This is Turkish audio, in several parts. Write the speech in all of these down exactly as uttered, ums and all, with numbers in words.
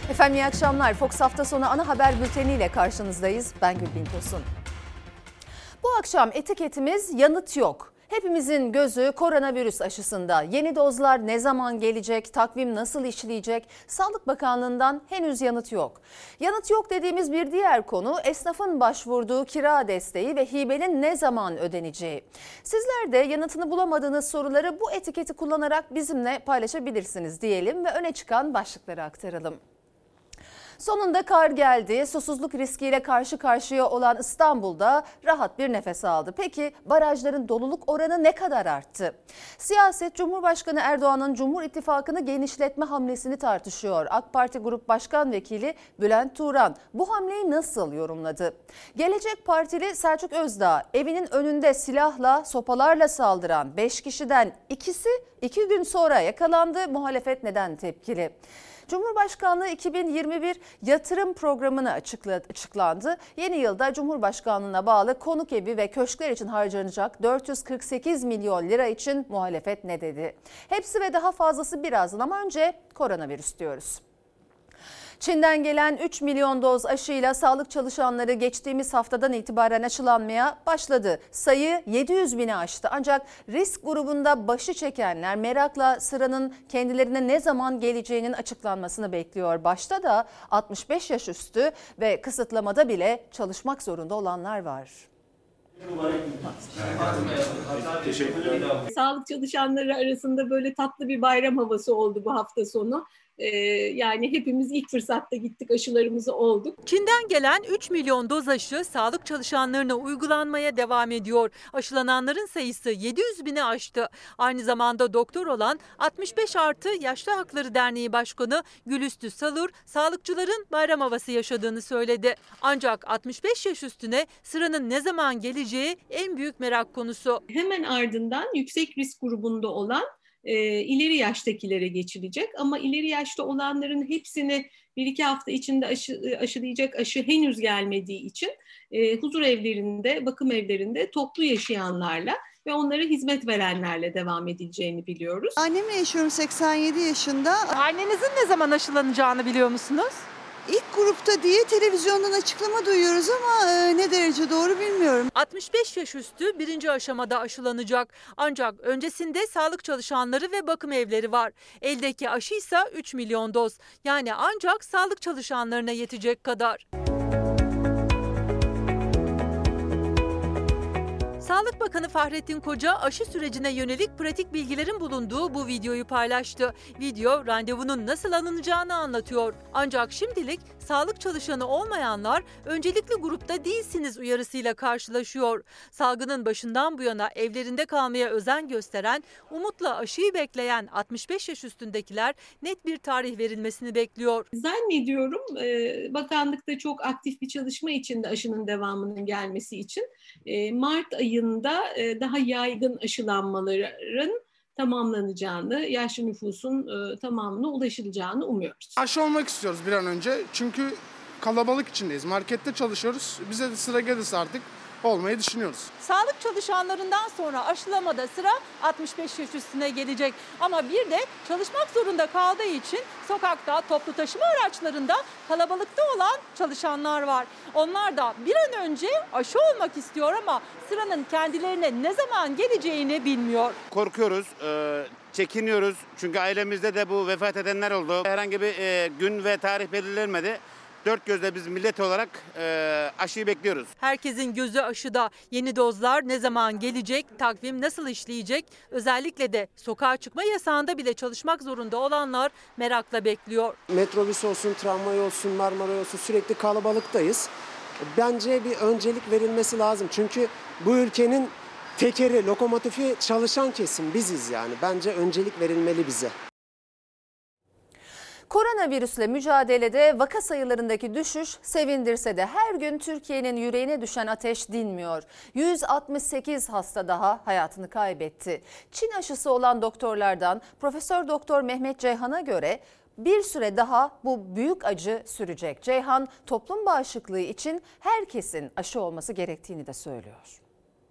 Efendim iyi akşamlar. Fox hafta sonu ana haber bülteniyle karşınızdayız. Ben Gülbin Tosun. Bu akşam etiketimiz yanıt yok. Hepimizin gözü koronavirüs aşısında. Yeni dozlar ne zaman gelecek, takvim nasıl işleyecek? Sağlık Bakanlığı'ndan henüz yanıt yok. Yanıt yok dediğimiz bir diğer konu esnafın başvurduğu kira desteği ve hibenin ne zaman ödeneceği. Sizler de yanıtını bulamadığınız soruları bu etiketi kullanarak bizimle paylaşabilirsiniz diyelim ve öne çıkan başlıkları aktaralım. Sonunda kar geldi. Susuzluk riskiyle karşı karşıya olan İstanbul'da rahat bir nefes aldı. Peki barajların doluluk oranı ne kadar arttı? Siyaset Cumhurbaşkanı Erdoğan'ın Cumhur İttifakı'nı genişletme hamlesini tartışıyor. AK Parti Grup Başkan Vekili Bülent Turan bu hamleyi nasıl yorumladı? Gelecek Partili Selçuk Özdağ evinin önünde silahla, sopalarla saldıran beş kişiden ikisi iki gün sonra yakalandı. Muhalefet neden tepkili? Cumhurbaşkanlığı iki bin yirmi bir yatırım programını açıklandı. Yeni yılda Cumhurbaşkanlığına bağlı konuk evi ve köşkler için harcanacak dört yüz kırk sekiz milyon lira için muhalefet ne dedi? Hepsi ve daha fazlası birazdan ama önce koronavirüs diyoruz. Çin'den gelen üç milyon doz aşıyla sağlık çalışanları geçtiğimiz haftadan itibaren aşılanmaya başladı. Sayı yedi yüz bini aştı. Ancak risk grubunda başı çekenler merakla sıranın kendilerine ne zaman geleceğinin açıklanmasını bekliyor. Başta da altmış beş yaş üstü ve kısıtlamada bile çalışmak zorunda olanlar var. Sağlık çalışanları arasında böyle tatlı bir bayram havası oldu bu hafta sonu. Ee, yani hepimiz ilk fırsatta gittik, aşılarımızı olduk. Çin'den gelen üç milyon doz aşı sağlık çalışanlarına uygulanmaya devam ediyor. Aşılananların sayısı yedi yüz bini aştı. Aynı zamanda doktor olan altmış beş artı Yaşlı Hakları Derneği Başkanı Gülüstü Salur, sağlıkçıların bayram havası yaşadığını söyledi. Ancak altmış beş yaş üstüne sıranın ne zaman geleceği en büyük merak konusu. Hemen ardından yüksek risk grubunda olan e, ileri yaştakilere geçilecek. Ama ileri yaşta olanların hepsini bir iki hafta içinde aşı, aşılayacak aşı henüz gelmediği için e, huzur evlerinde, bakım evlerinde toplu yaşayanlarla ve onlara hizmet verenlerle devam edileceğini biliyoruz. Annemle yaşıyorum, seksen yedi yaşında. Annenizin ne zaman aşılanacağını biliyor musunuz? İlk grupta diye televizyondan açıklama duyuyoruz ama e, ne derece doğru bilmiyorum. altmış beş yaş üstü birinci aşamada aşılanacak. Ancak öncesinde sağlık çalışanları ve bakım evleri var. Eldeki aşıysa üç milyon doz. Yani ancak sağlık çalışanlarına yetecek kadar. Sağlık Bakanı Fahrettin Koca aşı sürecine yönelik pratik bilgilerin bulunduğu bu videoyu paylaştı. Video randevunun nasıl alınacağını anlatıyor. Ancak şimdilik sağlık çalışanı olmayanlar öncelikli grupta değilsiniz uyarısıyla karşılaşıyor. Salgının başından bu yana evlerinde kalmaya özen gösteren, umutla aşıyı bekleyen altmış beş yaş üstündekiler net bir tarih verilmesini bekliyor. Zannediyorum bakanlıkta çok aktif bir çalışma içinde aşının devamının gelmesi için Mart ayı daha yaygın aşılanmaların tamamlanacağını, yaşlı nüfusun tamamına ulaşılacağını umuyoruz. Aşı olmak istiyoruz bir an önce çünkü kalabalık içindeyiz. Markette çalışıyoruz. Bize de sıra gelirse artık olmayı düşünüyoruz. Sağlık çalışanlarından sonra aşılamada sıra altmış beş yaş üstüne gelecek. Ama bir de çalışmak zorunda kaldığı için sokakta, toplu taşıma araçlarında kalabalıkta olan çalışanlar var. Onlar da bir an önce aşı olmak istiyor ama sıranın kendilerine ne zaman geleceğini bilmiyor. Korkuyoruz, e, çekiniyoruz çünkü ailemizde de bu vefat edenler oldu. Herhangi bir e, gün ve tarih belirlenmedi. Dört gözle biz millet olarak e, aşıyı bekliyoruz. Herkesin gözü aşıda. Yeni dozlar ne zaman gelecek, takvim nasıl işleyecek? Özellikle de sokağa çıkma yasağında bile çalışmak zorunda olanlar merakla bekliyor. Metrobüs olsun, tramvay olsun, Marmara olsun sürekli kalabalıktayız. Bence bir öncelik verilmesi lazım. Çünkü bu ülkenin tekeri, lokomotifi çalışan kesim biziz yani. Bence öncelik verilmeli bize. Koronavirüsle mücadelede vaka sayılarındaki düşüş sevindirse de her gün Türkiye'nin yüreğine düşen ateş dinmiyor. yüz altmış sekiz hasta daha hayatını kaybetti. Çin aşısı olan doktorlardan Profesör Doktor Mehmet Ceyhan'a göre bir süre daha bu büyük acı sürecek. Ceyhan toplum bağışıklığı için herkesin aşı olması gerektiğini de söylüyor.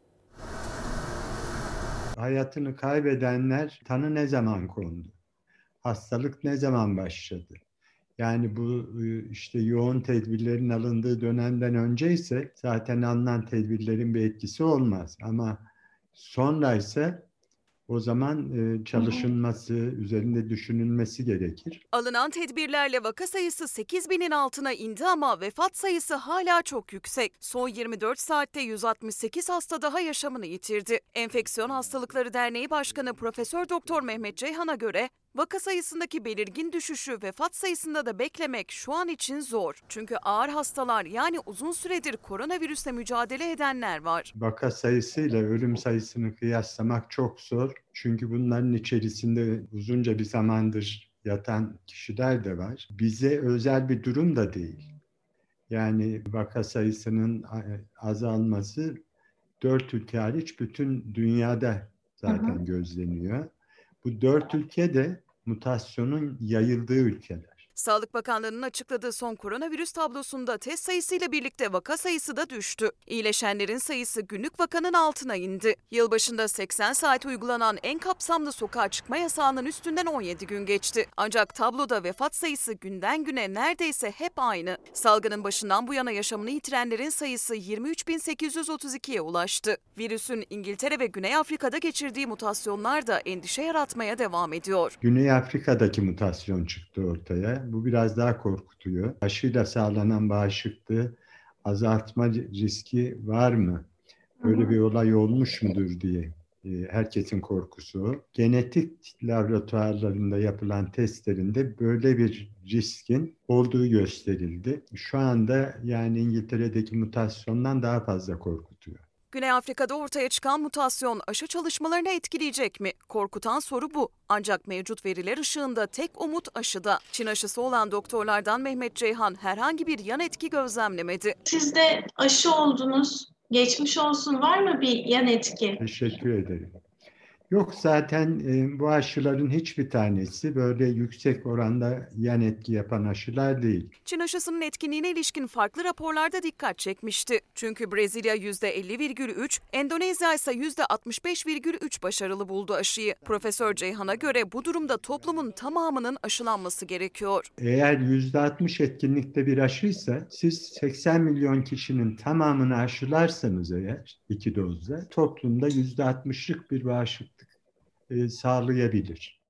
Hayatını kaybedenler tanı ne zaman kondu? Hastalık ne zaman başladı? Yani bu işte yoğun tedbirlerin alındığı dönemden önce ise zaten alınan tedbirlerin bir etkisi olmaz. Ama sonra ise o zaman çalışılması, üzerinde düşünülmesi gerekir. Alınan tedbirlerle vaka sayısı sekiz binin altına indi ama vefat sayısı hala çok yüksek. Son yirmi dört saatte yüz altmış sekiz hasta daha yaşamını yitirdi. Enfeksiyon Hastalıkları Derneği Başkanı Profesör Doktor Mehmet Ceyhan'a göre vaka sayısındaki belirgin düşüşü vefat sayısında da beklemek şu an için zor. Çünkü ağır hastalar yani uzun süredir koronavirüsle mücadele edenler var. Vaka sayısıyla ölüm sayısını kıyaslamak çok zor. Çünkü bunların içerisinde uzunca bir zamandır yatan kişiler de var. Bize özel bir durum da değil. Yani vaka sayısının azalması dört ülke hariç bütün dünyada zaten hı hı. gözleniyor. Bu dört ülke de mutasyonun yayıldığı ülkeler. Sağlık Bakanlığı'nın açıkladığı son koronavirüs tablosunda test sayısıyla birlikte vaka sayısı da düştü. İyileşenlerin sayısı günlük vakanın altına indi. Yılbaşında seksen saat uygulanan en kapsamlı sokağa çıkma yasağının üstünden on yedi gün geçti. Ancak tabloda vefat sayısı günden güne neredeyse hep aynı. Salgının başından bu yana yaşamını yitirenlerin sayısı yirmi üç bin sekiz yüz otuz ikiye ulaştı. Virüsün İngiltere ve Güney Afrika'da geçirdiği mutasyonlar da endişe yaratmaya devam ediyor. Güney Afrika'daki mutasyon çıktı ortaya. Bu biraz daha korkutuyor. Aşıyla sağlanan bağışıklığı azaltma riski var mı? Böyle bir olay olmuş mudur diye herkesin korkusu o. Genetik laboratuvarlarında yapılan testlerinde böyle bir riskin olduğu gösterildi. Şu anda yani İngiltere'deki mutasyondan daha fazla korkutuyor. Güney Afrika'da ortaya çıkan mutasyon aşı çalışmalarını etkileyecek mi? Korkutan soru bu. Ancak mevcut veriler ışığında tek umut aşıda. Çin aşısı olan doktorlardan Mehmet Ceyhan herhangi bir yan etki gözlemlemedi. Siz de aşı oldunuz. Geçmiş olsun, var mı bir yan etki? Teşekkür ederim. Yok zaten e, bu aşıların hiçbir tanesi böyle yüksek oranda yan etki yapan aşılar değil. Çin aşısının etkinliğine ilişkin farklı raporlarda dikkat çekmişti. Çünkü Brezilya yüzde elli virgül üç, Endonezya ise yüzde altmış beş virgül üç başarılı buldu aşıyı. Profesör Ceyhan'a göre bu durumda toplumun tamamının aşılanması gerekiyor. Eğer yüzde altmış etkinlikte bir aşıysa siz seksen milyon kişinin tamamını aşılarsanız eğer iki dozla toplumda yüzde altmışlık bir bağışıklık E, sağlayabilir.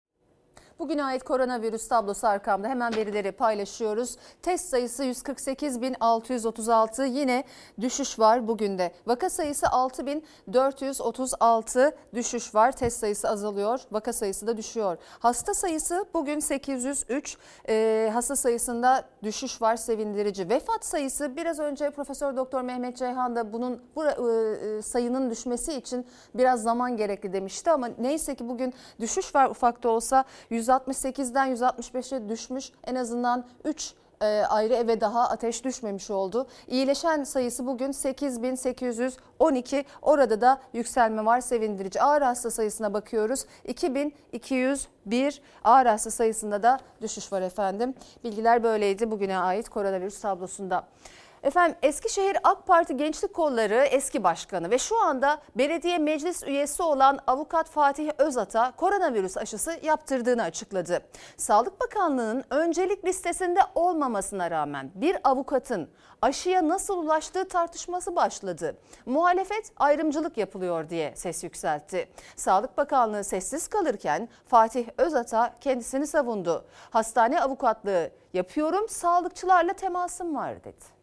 Bugüne ait koronavirüs tablosu arkamda, hemen verileri paylaşıyoruz. Test sayısı yüz kırk sekiz bin altı yüz otuz altı, yine düşüş var bugün de. Vaka sayısı altı bin dört yüz otuz altı, düşüş var. Test sayısı azalıyor, vaka sayısı da düşüyor. Hasta sayısı bugün sekiz yüz üç, e, hasta sayısında düşüş var, sevindirici. Vefat sayısı biraz önce Profesör Doktor Mehmet Ceyhan da bunun bu e, sayının düşmesi için biraz zaman gerekli demişti ama neyse ki bugün düşüş var, ufak da olsa. yüz altmış sekizden yüz altmış beşe düşmüş, en azından üç e, ayrı eve daha ateş düşmemiş oldu. İyileşen sayısı bugün sekiz bin sekiz yüz on iki, orada da yükselme var, sevindirici. Ağır hasta sayısına bakıyoruz, iki bin iki yüz bir, ağır hasta sayısında da düşüş var efendim. Bilgiler böyleydi bugüne ait koronavirüs tablosunda. Efendim, Eskişehir AK Parti Gençlik Kolları eski başkanı ve şu anda belediye meclis üyesi olan avukat Fatih Özat'a koronavirüs aşısı yaptırdığını açıkladı. Sağlık Bakanlığı'nın öncelik listesinde olmamasına rağmen bir avukatın aşıya nasıl ulaştığı tartışması başladı. Muhalefet ayrımcılık yapılıyor diye ses yükseltti. Sağlık Bakanlığı sessiz kalırken Fatih Özat'a kendisini savundu. Hastane avukatlığı yapıyorum, sağlıkçılarla temasım var dedi.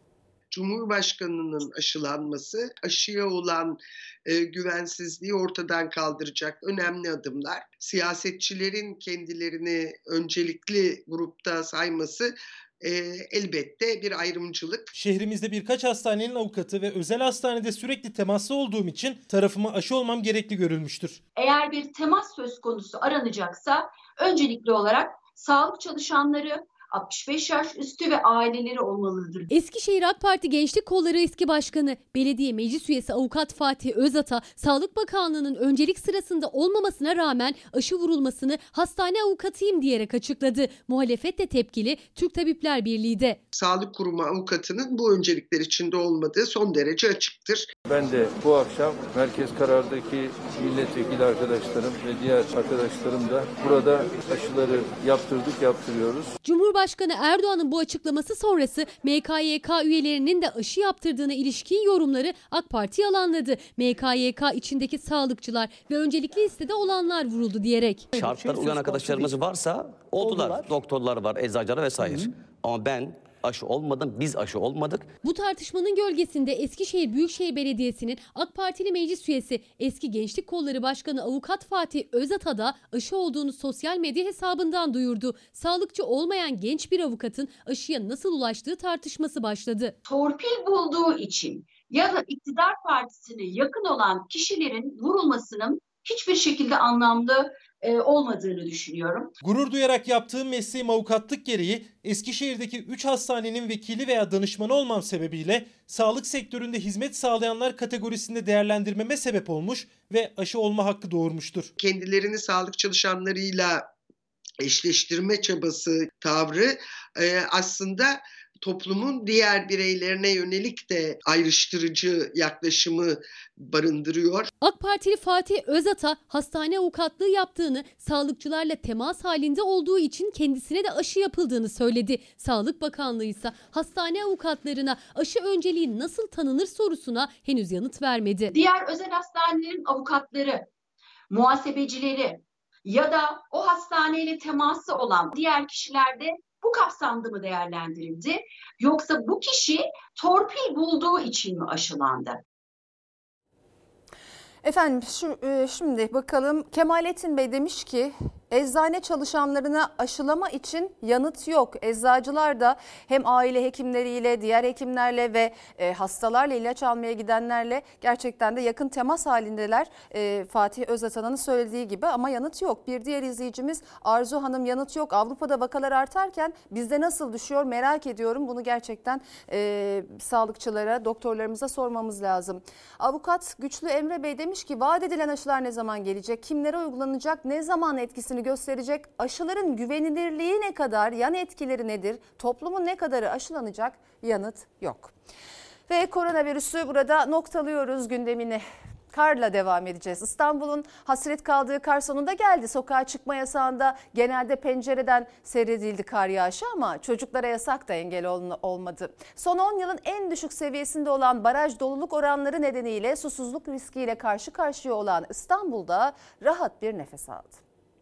Cumhurbaşkanının aşılanması aşıya olan e, güvensizliği ortadan kaldıracak önemli adımlar. Siyasetçilerin kendilerini öncelikli grupta sayması e, elbette bir ayrımcılık. Şehrimizde birkaç hastanenin avukatı ve özel hastanede sürekli temaslı olduğum için tarafıma aşı olmam gerekli görülmüştür. Eğer bir temas söz konusu aranacaksa öncelikli olarak sağlık çalışanları, altmış beş yaş üstü ve aileleri olmalıdır. Eskişehir AK Parti Gençlik Kolları eski başkanı, belediye meclis üyesi avukat Fatih Özat'a Sağlık Bakanlığı'nın öncelik sırasında olmamasına rağmen aşı vurulmasını hastane avukatıyım diyerek açıkladı. Muhalefet de tepkili, Türk Tabipler Birliği de. Sağlık Kurumu avukatının bu öncelikler içinde olmadığı son derece açıktır. Ben de bu akşam Merkez Karar'daki milletvekili arkadaşlarım ve diğer arkadaşlarım da burada aşıları yaptırdık, yaptırıyoruz. Cumhurbaşkanı Cumhurbaşkanı Erdoğan'ın bu açıklaması sonrası M K Y K üyelerinin de aşı yaptırdığına ilişkin yorumları AK Parti yalanladı. M K Y K içindeki sağlıkçılar ve öncelikli listede olanlar vuruldu diyerek. Şartlar uyan arkadaşlarımız varsa oldular. oldular. Doktorlar var, eczacılar vesaire. Hı hı. Ama ben aşı olmadım, biz aşı olmadık. Bu tartışmanın gölgesinde Eskişehir Büyükşehir Belediyesi'nin AK Partili meclis üyesi eski Gençlik Kolları Başkanı Avukat Fatih Özata da aşı olduğunu sosyal medya hesabından duyurdu. Sağlıkçı olmayan genç bir avukatın aşıya nasıl ulaştığı tartışması başladı. Torpil bulduğu için ya da iktidar partisine yakın olan kişilerin vurulmasının hiçbir şekilde anlamlı e, olmadığını düşünüyorum. Gurur duyarak yaptığım mesleğim avukatlık gereği Eskişehir'deki üç hastanenin vekili veya danışmanı olmam sebebiyle sağlık sektöründe hizmet sağlayanlar kategorisinde değerlendirmeme sebep olmuş ve aşı olma hakkı doğurmuştur. Kendilerini sağlık çalışanlarıyla eşleştirme çabası, tavrı e, aslında toplumun diğer bireylerine yönelik de ayrıştırıcı yaklaşımı barındırıyor. AK Partili Fatih Özata hastane avukatlığı yaptığını, sağlıkçılarla temas halinde olduğu için kendisine de aşı yapıldığını söyledi. Sağlık Bakanlığı ise hastane avukatlarına aşı önceliği nasıl tanınır sorusuna henüz yanıt vermedi. Diğer özel hastanelerin avukatları, muhasebecileri ya da o hastaneyle teması olan diğer kişilerde bu kapsamda mı değerlendirildi? Yoksa bu kişi torpil bulduğu için mi aşılandı? Efendim şu, şimdi bakalım, Kemalettin Bey demiş ki eczane çalışanlarına aşılama için yanıt yok. Eczacılar da hem aile hekimleriyle, diğer hekimlerle ve e, hastalarla ilaç almaya gidenlerle gerçekten de yakın temas halindeler. E, Fatih Özatan'ın söylediği gibi, ama yanıt yok. Bir diğer izleyicimiz Arzu Hanım, yanıt yok. Avrupa'da vakalar artarken bizde nasıl düşüyor merak ediyorum. Bunu gerçekten e, sağlıkçılara, doktorlarımıza sormamız lazım. Avukat Güçlü Emre Bey demiş ki vaat edilen aşılar ne zaman gelecek? Kimlere uygulanacak? Ne zaman etkisini gösterecek? Aşıların güvenilirliği ne kadar? Yan etkileri nedir? Toplumun ne kadarı aşılanacak? Yanıt yok. Ve koronavirüsü burada noktalıyoruz gündemini. Karla devam edeceğiz. İstanbul'un hasret kaldığı kar sonunda geldi. Sokağa çıkma yasağında genelde pencereden seyredildi kar yağışı, ama çocuklara yasak da engel olmadı. Son on yılın en düşük seviyesinde olan baraj doluluk oranları nedeniyle susuzluk riskiyle karşı karşıya olan İstanbul'da rahat bir nefes aldı.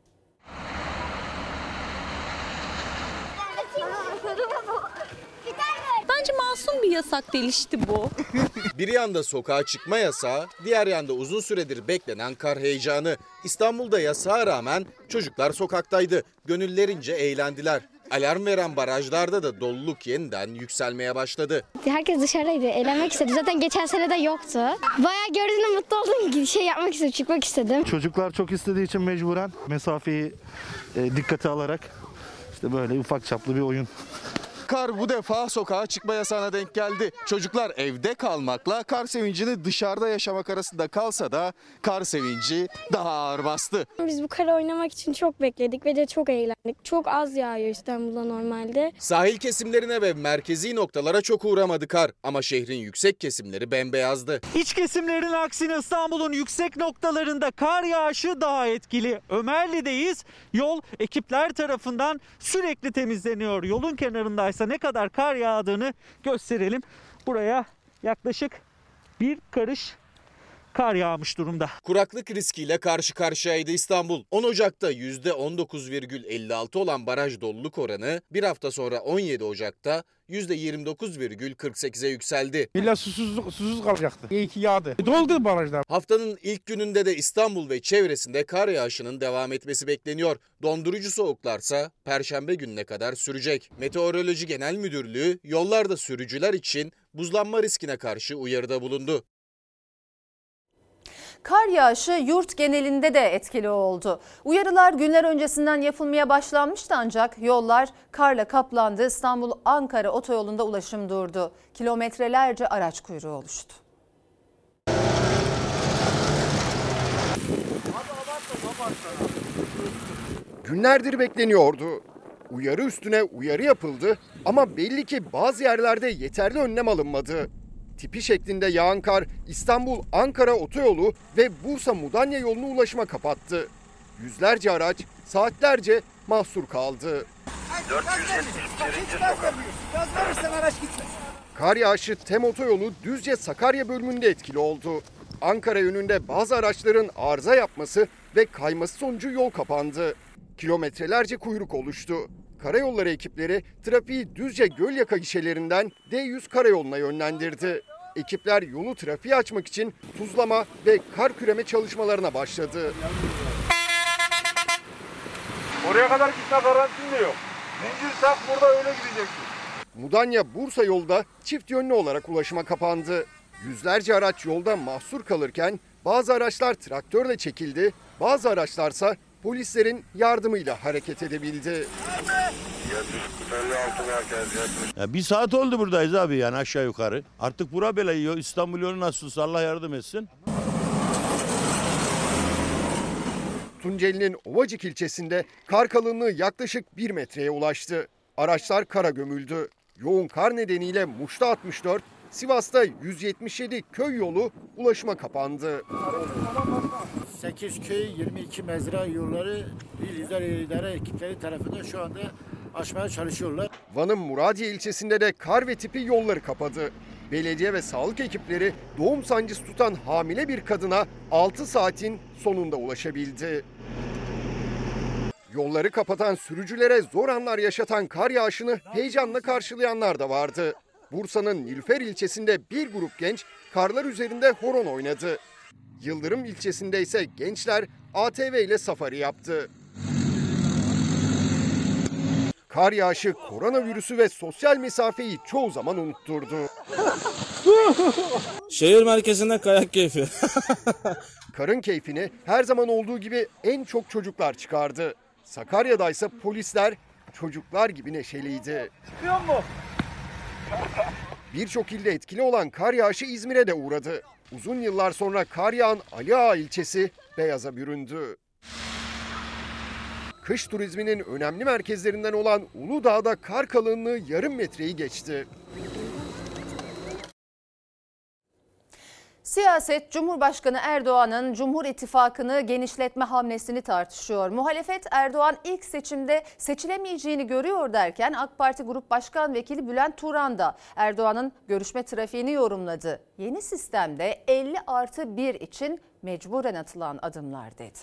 Bence masum bir yasak değil işte bu. Bir yanda sokağa çıkma yasağı, diğer yanda uzun süredir beklenen kar heyecanı. İstanbul'da yasağa rağmen çocuklar sokaktaydı. Gönüllerince eğlendiler. Alarm veren barajlarda da doluluk yeniden yükselmeye başladı. Herkes dışarıdaydı, eğlenmek istedi. Zaten geçen sene de yoktu. Bayağı gördüğümde mutlu oldum. Şey yapmak istedim, çıkmak istedim. Çocuklar çok istediği için mecburen mesafeyi e, dikkate alarak işte böyle ufak çaplı bir oyun. Kar bu defa sokağa çıkma yasağına denk geldi. Çocuklar evde kalmakla kar sevincini dışarıda yaşamak arasında kalsa da kar sevinci daha ağır bastı. Biz bu karı oynamak için çok bekledik ve de çok eğlendik. Çok az yağıyor İstanbul'da normalde. Sahil kesimlerine ve merkezi noktalara çok uğramadı kar, ama şehrin yüksek kesimleri bembeyazdı. İç kesimlerin aksine İstanbul'un yüksek noktalarında kar yağışı daha etkili. Ömerli'deyiz. Yol ekipler tarafından sürekli temizleniyor. Yolun kenarındaysa ne kadar kar yağdığını gösterelim. Buraya yaklaşık bir karış kar yağmış durumda. Kuraklık riskiyle karşı karşıyaydı İstanbul. on Ocak'ta yüzde on dokuz virgül elli altı olan baraj doluluk oranı bir hafta sonra on yedi Ocak'ta yüzde yirmi dokuz virgül kırk sekize yükseldi. Millet susuz, susuz kalacaktı. İyi ki yağdı. Doldu barajlar. Haftanın ilk gününde de İstanbul ve çevresinde kar yağışının devam etmesi bekleniyor. Dondurucu soğuklarsa Perşembe gününe kadar sürecek. Meteoroloji Genel Müdürlüğü yollarda sürücüler için buzlanma riskine karşı uyarıda bulundu. Kar yağışı yurt genelinde de etkili oldu. Uyarılar günler öncesinden yapılmaya başlanmıştı, ancak yollar karla kaplandı. İstanbul-Ankara otoyolunda ulaşım durdu. Kilometrelerce araç kuyruğu oluştu. Günlerdir bekleniyordu. Uyarı üstüne uyarı yapıldı ama belli ki bazı yerlerde yeterli önlem alınmadı. Tipi şeklinde yağan kar İstanbul-Ankara otoyolu ve Bursa-Mudanya yolunu ulaşıma kapattı. Yüzlerce araç saatlerce mahsur kaldı. dört yüz yetmiş birinci sokak. Gaz verirsen araç gitmez. Kar yağışı Tem Otoyolu Düzce-Sakarya bölümünde etkili oldu. Ankara yönünde bazı araçların arıza yapması ve kayması sonucu yol kapandı. Kilometrelerce kuyruk oluştu. Karayolları ekipleri trafiği Düzce Gölyaka gişelerinden D yüz karayoluna yönlendirdi. Ekipler yolu trafiğe açmak için tuzlama ve kar küreme çalışmalarına başladı. Oraya kadar gitme garantin de yok. Zincir tak, burada öyle gideceksin. Mudanya-Bursa yolda çift yönlü olarak ulaşıma kapandı. Yüzlerce araç yolda mahsur kalırken bazı araçlar traktörle çekildi, bazı araçlarsa polislerin yardımıyla hareket edebildi. Ya bir saat oldu buradayız abi, yani aşağı yukarı. Artık bura böyle yiyor. İstanbul yolu nasılsa Allah yardım etsin. Tunceli'nin Ovacık ilçesinde kar kalınlığı yaklaşık bir metreye ulaştı. Araçlar kara gömüldü. Yoğun kar nedeniyle Muş'ta altmış dört, Sivas'ta yüz yetmiş yedi köy yolu ulaşıma kapandı. sekiz köy, yirmi iki mezra yolları İl İdare İdare ekipleri tarafından şu anda açmaya çalışıyorlar. Van'ın Muradiye ilçesinde de kar ve tipi yolları kapadı. Belediye ve sağlık ekipleri doğum sancısı tutan hamile bir kadına altı saatin sonunda ulaşabildi. Yolları kapatan sürücülere zor anlar yaşatan kar yağışını heyecanla karşılayanlar da vardı. Bursa'nın Nilüfer ilçesinde bir grup genç karlar üzerinde horon oynadı. Yıldırım ilçesinde ise gençler A T V ile safari yaptı. Kar yağışı koronavirüsü ve sosyal mesafeyi çoğu zaman unutturdu. Şehir merkezinde kayak keyfi. Karın keyfini her zaman olduğu gibi en çok çocuklar çıkardı. Sakarya'da ise polisler çocuklar gibi neşeliydi. Çıkıyor mu? Birçok ilde etkili olan kar yağışı İzmir'e de uğradı. Uzun yıllar sonra kar yağan Ali Ağa ilçesi beyaza büründü. Kış turizminin önemli merkezlerinden olan Uludağ'da kar kalınlığı yarım metreyi geçti. Siyaset, Cumhurbaşkanı Erdoğan'ın Cumhur İttifakı'nı genişletme hamlesini tartışıyor. Muhalefet, Erdoğan ilk seçimde seçilemeyeceğini görüyor derken AK Parti Grup Başkan Vekili Bülent Turan da Erdoğan'ın görüşme trafiğini yorumladı. Yeni sistemde elli artı bir için mecburen atılan adımlar dedi.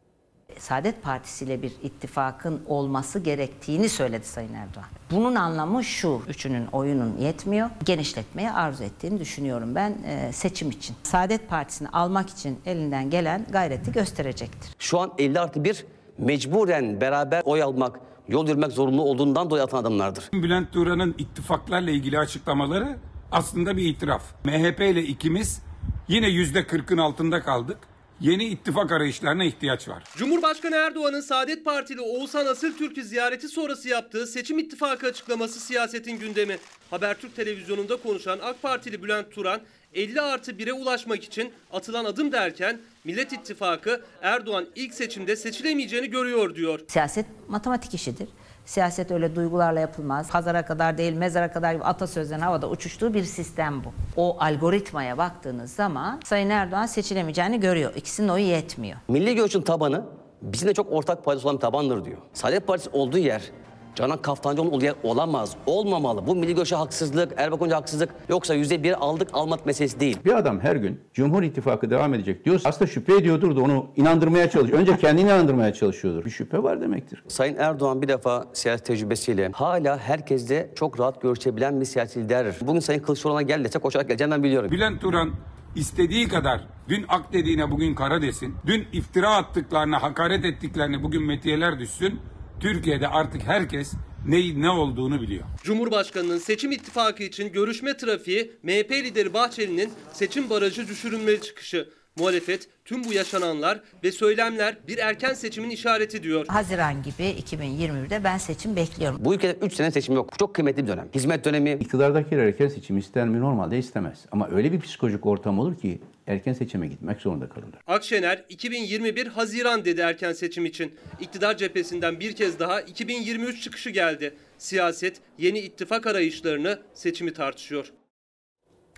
Saadet Partisi ile bir ittifakın olması gerektiğini söyledi Sayın Erdoğan. Bunun anlamı şu: üçünün oyunun yetmiyor. Genişletmeyi arzu ettiğini düşünüyorum ben seçim için. Saadet Partisi'ni almak için elinden gelen gayreti gösterecektir. Şu an elli artı bir mecburen beraber oy almak, yol yürümek zorunlu olduğundan dolayı atan adımlardır. Bülent Turan'ın ittifaklarla ilgili açıklamaları aslında bir itiraf. M H P ile ikimiz yine yüzde kırkın altında kaldık. Yeni ittifak arayışlarına ihtiyaç var. Cumhurbaşkanı Erdoğan'ın Saadet Partili Oğuzhan Asıltürk'ü ziyareti sonrası yaptığı seçim ittifakı açıklaması siyasetin gündemi. Habertürk televizyonunda konuşan AK Partili Bülent Turan, elli artı bire ulaşmak için atılan adım derken Millet İttifakı Erdoğan ilk seçimde seçilemeyeceğini görüyor diyor. Siyaset matematik işidir. Siyaset öyle duygularla yapılmaz. Pazara kadar değil, mezara kadar gibi atasözlerin havada uçuştuğu bir sistem bu. O algoritmaya baktığınız zaman Sayın Erdoğan seçilemeyeceğini görüyor. İkisinin oyu yetmiyor. Milli görüşün tabanı bizim de çok ortak paydası olan bir tabandır diyor. Saadet Partisi olduğu yer Canan Kaftancıoğlu'nun olduğu yer olamaz, olmamalı. Bu milli görüşe haksızlık, Erbakan'a haksızlık, yoksa yüzde bir aldık almadık meselesi değil. Bir adam her gün Cumhur İttifakı devam edecek diyorsa aslında şüphe ediyordur da onu inandırmaya çalışıyor. Önce kendini inandırmaya çalışıyordur. Bir şüphe var demektir. Sayın Erdoğan bir defa siyaset tecrübesiyle hala herkesle çok rahat görüşebilen bir siyasi lider. Bugün Sayın Kılıçdaroğlu'na gel dese koşarak geleceğini ben biliyorum. Bülent Turan istediği kadar dün ak dediğine bugün kara desin. Dün iftira attıklarına, hakaret ettiklerine bugün metiyeler düşsün. Türkiye'de artık herkes neyin ne olduğunu biliyor. Cumhurbaşkanının seçim ittifakı için görüşme trafiği M H P lideri Bahçeli'nin seçim barajı düşürülmeli çıkışı. Muhalefet tüm bu yaşananlar ve söylemler bir erken seçimin işareti diyor. Haziran gibi iki bin yirmi birde ben seçim bekliyorum. Bu ülkede üç sene seçim yok. Çok kıymetli bir dönem. Hizmet dönemi. İktidardaki erken seçim ister mi? Normalde istemez. Ama öyle bir psikolojik ortam olur ki erken seçime gitmek zorunda kalırlar. Akşener iki bin yirmi bir Haziran dedi erken seçim için. İktidar cephesinden bir kez daha iki bin yirmi üç çıkışı geldi. Siyaset yeni ittifak arayışlarını, seçimi tartışıyor.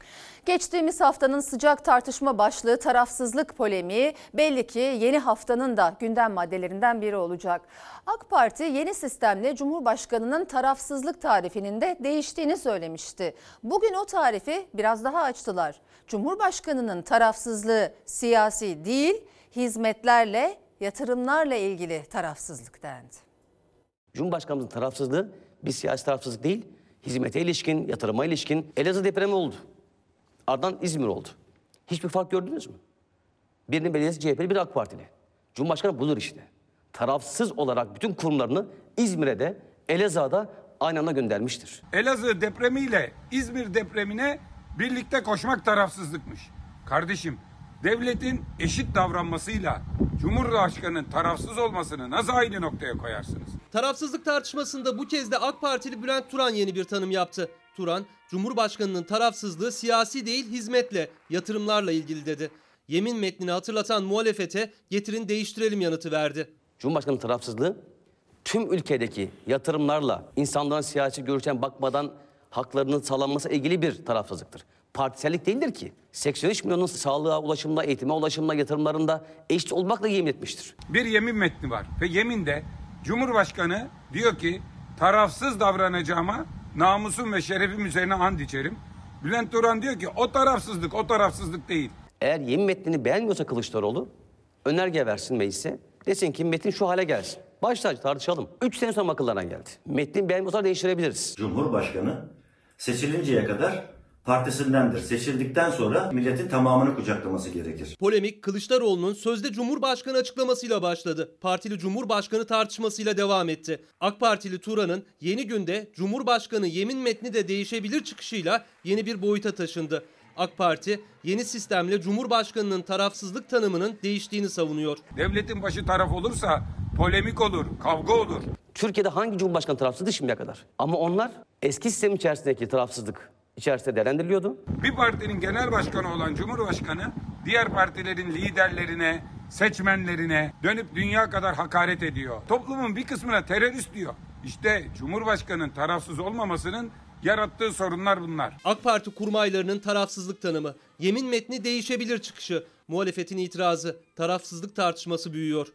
Geçtiğimiz haftanın sıcak tartışma başlığı tarafsızlık polemiği belli ki yeni haftanın da gündem maddelerinden biri olacak. AK Parti yeni sistemle Cumhurbaşkanı'nın tarafsızlık tarifinin de değiştiğini söylemişti. Bugün o tarifi biraz daha açtılar. Cumhurbaşkanı'nın tarafsızlığı siyasi değil, hizmetlerle, yatırımlarla ilgili tarafsızlık dendi. Cumhurbaşkanımızın tarafsızlığı bir siyasi tarafsızlık değil, hizmete ilişkin, yatırıma ilişkin. Elazığ depremi oldu. Ardından İzmir oldu. Hiçbir fark gördünüz mü? Birinin belediyesi C H P'li, bir AK Partili. Cumhurbaşkanı budur işte. Tarafsız olarak bütün kurumlarını İzmir'e de Elazığ'a da aynı anda göndermiştir. Elazığ depremiyle İzmir depremine birlikte koşmak tarafsızlıkmış. Kardeşim, devletin eşit davranmasıyla Cumhurbaşkanı'nın tarafsız olmasını nasıl aynı noktaya koyarsınız? Tarafsızlık tartışmasında bu kez de AK Partili Bülent Turan yeni bir tanım yaptı. Turan, Cumhurbaşkanı'nın tarafsızlığı siyasi değil hizmetle, yatırımlarla ilgili dedi. Yemin metnini hatırlatan muhalefete getirin değiştirelim yanıtı verdi. Cumhurbaşkanı'nın tarafsızlığı tüm ülkedeki yatırımlarla insanların siyasi görüşten bakmadan haklarının sağlanması ilgili bir tarafsızlıktır. Partisellik değildir ki. seksen üç milyonun sağlığa ulaşımda, eğitime ulaşımda, yatırımlarında eşit olmakla yemin etmiştir. Bir yemin metni var ve yeminde Cumhurbaşkanı diyor ki tarafsız davranacağıma namusum ve şerefim üzerine and içerim. Bülent Turan diyor ki o tarafsızlık, o tarafsızlık değil. Eğer yemin metnini beğenmiyorsa Kılıçdaroğlu önerge versin meclise. Desin ki metin şu hale gelsin. Başlar tartışalım. Üç sene sonra akıllarına geldi. Metnin beğenmiyorsa değiştirebiliriz. Cumhurbaşkanı seçilinceye kadar partisindendir. Seçildikten sonra milletin tamamını kucaklaması gerekir. Polemik Kılıçdaroğlu'nun sözde Cumhurbaşkanı açıklamasıyla başladı. Partili Cumhurbaşkanı tartışmasıyla devam etti. AK Partili Turan'ın yeni günde Cumhurbaşkanı yemin metni de değişebilir çıkışıyla yeni bir boyuta taşındı. AK Parti yeni sistemle Cumhurbaşkanı'nın tarafsızlık tanımının değiştiğini savunuyor. Devletin başı taraf olursa polemik olur, kavga olur. Türkiye'de hangi Cumhurbaşkanı tarafsızdı şimdiye kadar? Ama onlar eski sistem içerisindeki tarafsızlık içerisinde değerlendiriliyordu. Bir partinin genel başkanı olan Cumhurbaşkanı diğer partilerin liderlerine, seçmenlerine dönüp dünya kadar hakaret ediyor. Toplumun bir kısmına terörist diyor. İşte Cumhurbaşkanı'nın tarafsız olmamasının yarattığı sorunlar bunlar. AK Parti kurmaylarının tarafsızlık tanımı, yemin metni değişebilir çıkışı, muhalefetin itirazı, tarafsızlık tartışması büyüyor.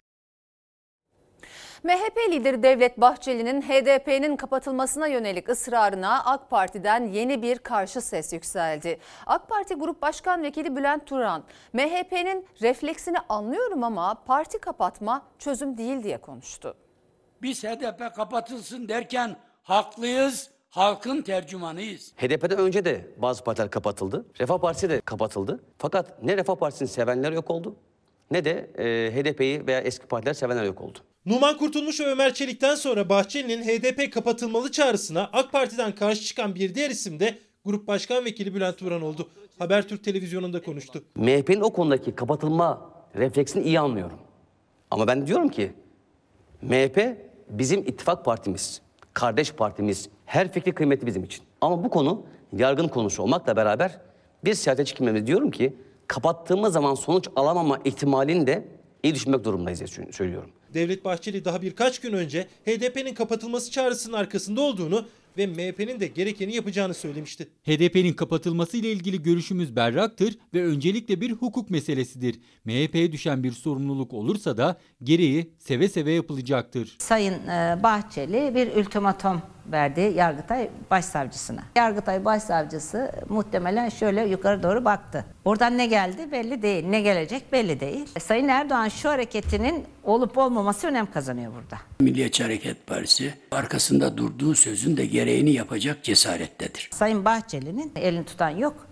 M H P lideri Devlet Bahçeli'nin H D P'nin kapatılmasına yönelik ısrarına AK Parti'den yeni bir karşı ses yükseldi. AK Parti Grup Başkan Vekili Bülent Turan, M H P'nin refleksini anlıyorum ama parti kapatma çözüm değil diye konuştu. Biz H D P kapatılsın derken haklıyız, halkın tercümanıyız. H D P'den önce de bazı partiler kapatıldı. Refah Partisi de kapatıldı. Fakat ne Refah Partisi'nin sevenler yok oldu ne de e, H D P'yi veya eski partiler sevenler yok oldu. Numan Kurtulmuş ve Ömer Çelik'ten sonra Bahçeli'nin H D P kapatılmalı çağrısına AK Parti'den karşı çıkan bir diğer isim de Grup Başkan Vekili Bülent Turan oldu. Habertürk televizyonunda konuştu. M H P'nin o konudaki kapatılma refleksini iyi anlıyorum. Ama ben diyorum ki M H P bizim ittifak partimiz, kardeş partimiz, her fikri kıymetli bizim için. Ama bu konu yargının konusu olmakla beraber bir siyasete çıkmamız diyorum ki kapattığımız zaman sonuç alamama ihtimalini de iyi düşünmek durumundayız diye söylüyorum. Devlet Bahçeli daha birkaç gün önce H D P'nin kapatılması çağrısının arkasında olduğunu ve M H P'nin de gerekeni yapacağını söylemişti. H D P'nin kapatılması ile ilgili görüşümüz berraktır ve öncelikle bir hukuk meselesidir. M H P'ye düşen bir sorumluluk olursa da gereği seve seve yapılacaktır. Sayın Bahçeli bir ultimatom verdi Yargıtay Başsavcısına. Yargıtay Başsavcısı muhtemelen şöyle yukarı doğru baktı. Oradan ne geldi belli değil, ne gelecek belli değil. Sayın Erdoğan şu hareketinin olup olmaması önem kazanıyor burada. Milliyetçi Hareket Partisi arkasında durduğu sözün de gereğini yapacak cesarettedir. Sayın Bahçeli'nin elini tutan yok.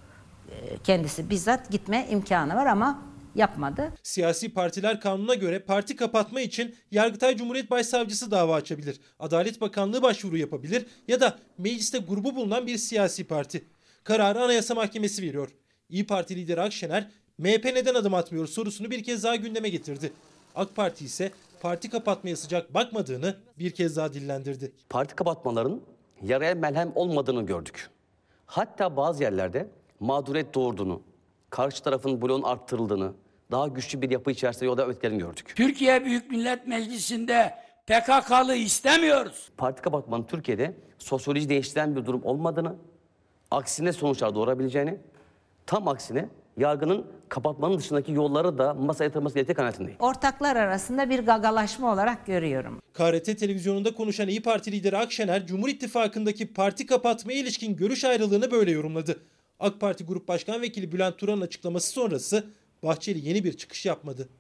Kendisi bizzat gitme imkanı var ama yapmadı. Siyasi partiler kanununa göre parti kapatma için Yargıtay Cumhuriyet Başsavcısı dava açabilir. Adalet Bakanlığı başvuru yapabilir ya da mecliste grubu bulunan bir siyasi parti. Kararı Anayasa Mahkemesi veriyor. İYİ Parti lideri Akşener, M H P neden adım atmıyor sorusunu bir kez daha gündeme getirdi. AK Parti ise parti kapatmaya sıcak bakmadığını bir kez daha dillendirdi. Parti kapatmaların yaraya melhem olmadığını gördük. Hatta bazı yerlerde mağduriyet doğurduğunu, karşı tarafın bloğun arttırıldığını, daha güçlü bir yapı içerisinde yolda ötlerini gördük. Türkiye Büyük Millet Meclisi'nde P K K'lı istemiyoruz. Parti kapatmanın Türkiye'de sosyoloji değiştiren bir durum olmadığını, aksine sonuçlar doğurabileceğini, Tam aksine yargının kapatmanın dışındaki yolları da masaya yatırılması gerektiği kanaatindeyim. Ortaklar arasında bir gagalaşma olarak görüyorum. K R T televizyonunda konuşan İYİ Parti lideri Akşener, Cumhur İttifakı'ndaki parti kapatmaya ilişkin görüş ayrılığını böyle yorumladı. AK Parti Grup Başkan Vekili Bülent Turan'ın açıklaması sonrası Bahçeli yeni bir çıkış yapmadı.